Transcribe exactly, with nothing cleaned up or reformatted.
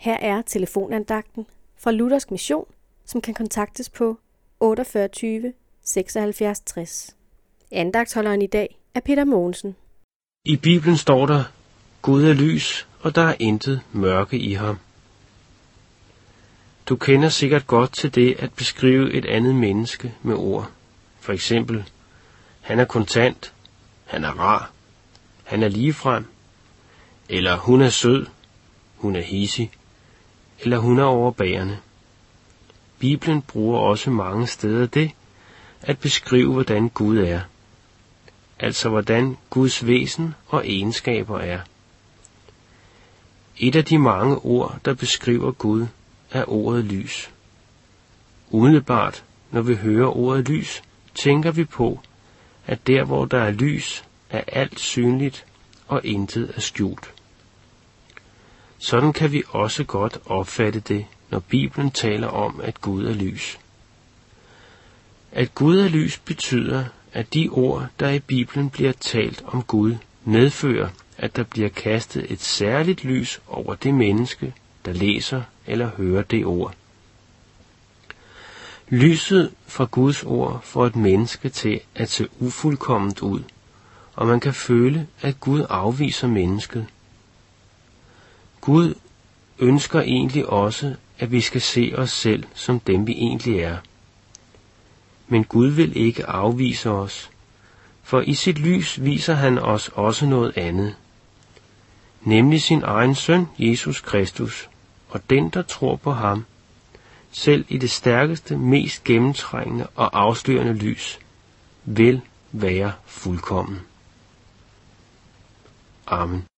Her er telefonandagten fra Luthersk Mission, som kan kontaktes på otteogfyrre tyve seksoghalvfjerds tres. Andagtholderen i dag er Peter Mogensen. I Bibelen står der, Gud er lys, og der er intet mørke i ham. Du kender sikkert godt til det at beskrive et andet menneske med ord. For eksempel, han er kontant, han er rar, han er ligefrem, eller hun er sød, hun er hidsig, eller hun er overbærende. Bibelen bruger også mange steder det at beskrive, hvordan Gud er. Altså hvordan Guds væsen og egenskaber er. Et af de mange ord, der beskriver Gud, er ordet lys. Umiddelbart, når vi hører ordet lys, tænker vi på, at der hvor der er lys, er alt synligt og intet er skjult. Sådan kan vi også godt opfatte det, når Bibelen taler om, at Gud er lys. At Gud er lys betyder, at de ord, der i Bibelen bliver talt om Gud, medfører, at der bliver kastet et særligt lys over det menneske, der læser eller hører det ord. Lyset fra Guds ord får et menneske til at se ufuldkomment ud, og man kan føle, at Gud afviser mennesket. Gud ønsker egentlig også, at vi skal se os selv som dem vi egentlig er. Men Gud vil ikke afvise os, for i sit lys viser han os også noget andet, nemlig sin egen søn, Jesus Kristus, og den, der tror på ham, selv i det stærkeste, mest gennemtrængende og afslørende lys, vil være fuldkommen. Amen.